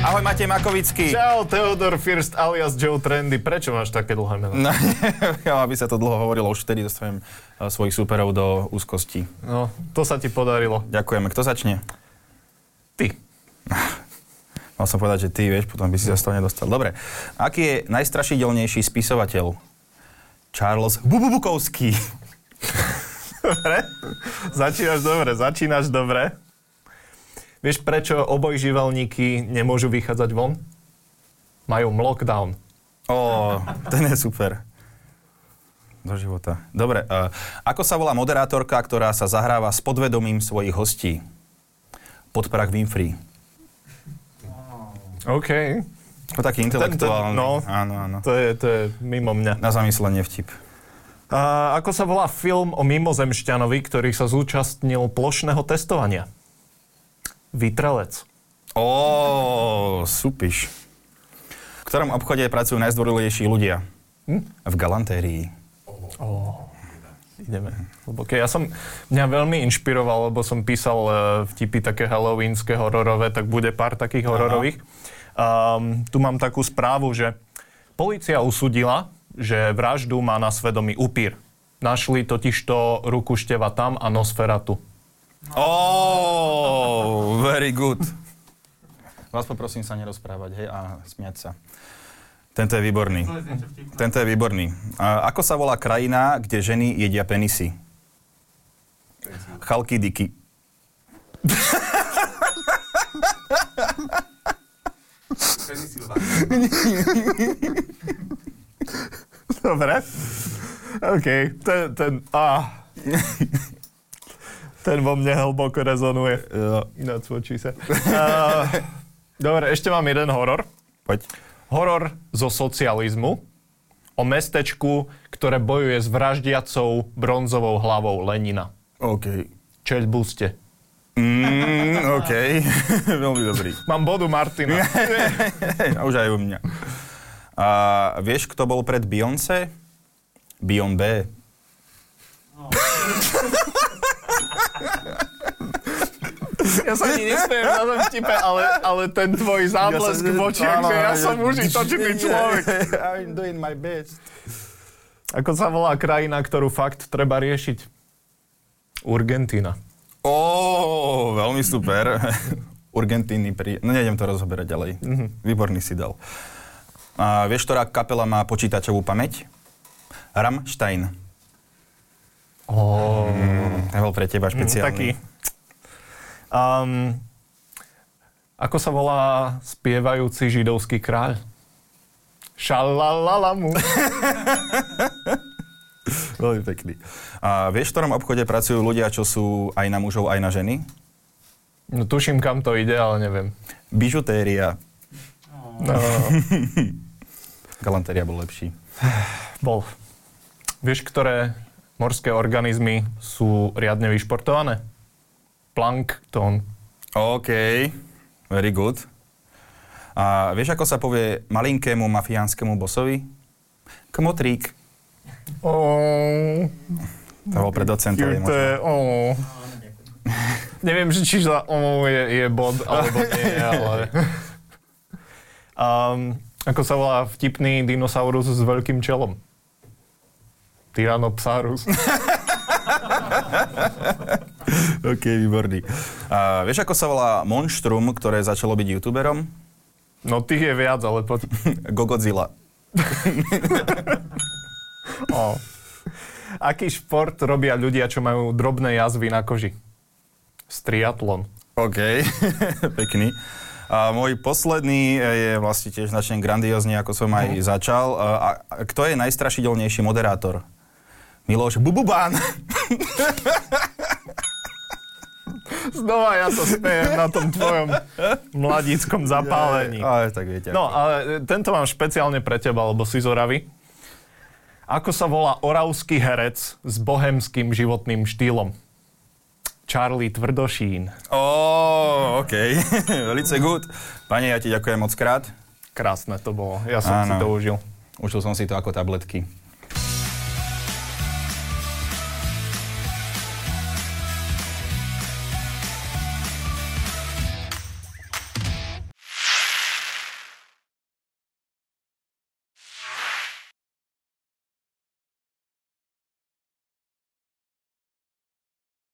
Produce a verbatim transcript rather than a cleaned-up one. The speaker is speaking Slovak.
Ahoj, Matej Makovický. Čau, Theodor First alias Joe Trendy. Prečo máš také dlhé meno? No, aby sa to dlho hovorilo, už vtedy dostavujem svojich súperov do úzkosti. No, to sa ti podarilo. Ďakujeme. Kto začne? Ty. Mal som povedať, že ty, vieš, potom by si sa z toho nedostal. Dobre. Aký je najstrašidelnejší spisovateľ? Charles Bububukovský. Dobre. Začínaš dobre, začínaš dobre. Vieš, prečo obojživelníky nemôžu vychádzať von? Majú lockdown. Ó, ten je super. Do života. Dobre. Uh, ako sa volá moderátorka, ktorá sa zahráva s podvedomím svojich hostí? Podprah Winfrey. OK. To taký intelektuálny. Ten, ten, no, áno, áno. To je, to je mimo mňa. Na zamyslenie vtip. A ako sa volá film o mimozemšťanovi, ktorý sa zúčastnil plošného testovania? Vytrelec. Ó, súpiš. V ktorom obchode pracujú najzdvorilejší ľudia? Hm? V galantérii. Ó, ideme. Hlboké. Ja som, mňa veľmi inšpiroval, lebo som písal uh, vtipy také halloweenské, hororové, tak bude pár takých hororových. Um, tu mám takú správu, že polícia usúdila, že vraždu má na svedomí upír. Našli totižto ruku števa tam a Nosferatu. Oh, very good. Vás poprosím sa nerozprávať, hej, a smiať sa. Tento je výborný. Tento je výborný. A ako sa volá krajina, kde ženy jedia penisy? Chalkidiky. Dobre. OK. Ten, ten, á. Ten vo mne hlboko rezonuje. Nacvočí sa. Uh, dobre, ešte mám jeden horor. Poď. Horor zo socializmu. O mestečku, ktoré bojuje s vraždiacou bronzovou hlavou Lenina. OK. Čeľ buste. Mm, OK. Veľmi dobrý. Mám bodu Martina. Už aj u mňa. A vieš, kto bol pred Beyoncé? Beyon B. Oh. Ja sa ani nesmiem na tom vtipe, ale, ale ten tvoj záblesk v očiach, že ja som užitočný človek. I'm doing my best. Ako sa volá krajina, ktorú fakt treba riešiť? Urgentína. Ó, veľmi super. Urgentíny pri... No nejdem to rozoberať ďalej. Mm-hmm. Výborný si dal. A vieš, ktorá kapela má počítačovú pamäť? Rammstein. Oh. Mm, to bol pre teba špeciálny. Mm, taký. Um, ako sa volá spievajúci židovský kráľ? Šalalalamu. Veľmi pekný. A vieš, v ktorom obchode pracujú ľudia, čo sú aj na mužov, aj na ženy? No tuším, kam to ide, ale neviem. Bižutéria. No. Galantéria bol lepší. Bol. Vieš, ktoré morské organizmy sú riadne vyšportované? Plankton. OK. Very good. A vieš, ako sa povie malinkému mafiánskemu bosovi? Kmotrík. Oh. To bol pre docenta. To je, oh. Neviem, či za oh je, je bod, alebo nie, ale... Um, ako sa volá vtipný dinosaurus s veľkým čelom? Tyrannosaurus. OK, výborný. A vieš, ako sa volá monštrum, ktoré začalo byť youtuberom? No tých je viac, ale poď. Gogodzilla. Oh. Aký šport robia ľudia, čo majú drobné jazvy na koži? Striatlon. OK, pekný. A môj posledný je vlastne tiež značne grandiózny, ako som aj uh-huh. začal. A, a kto je najstrašidelnejší moderátor? Miloš Bububán. Znova ja sa smejem na tom tvojom mladíckom zapálení. Ale tak viete. No, ale tento mám špeciálne pre teba, lebo si z Oravy. Ako sa volá oravský herec s bohemským životným štýlom? Charlie Tvrdošín. Ó, oh, OK. Velice good. Pane, ja ti ďakujem moc krát. Krásne to bolo. Ja som Áno. si to užil. Užil som si to ako tabletky.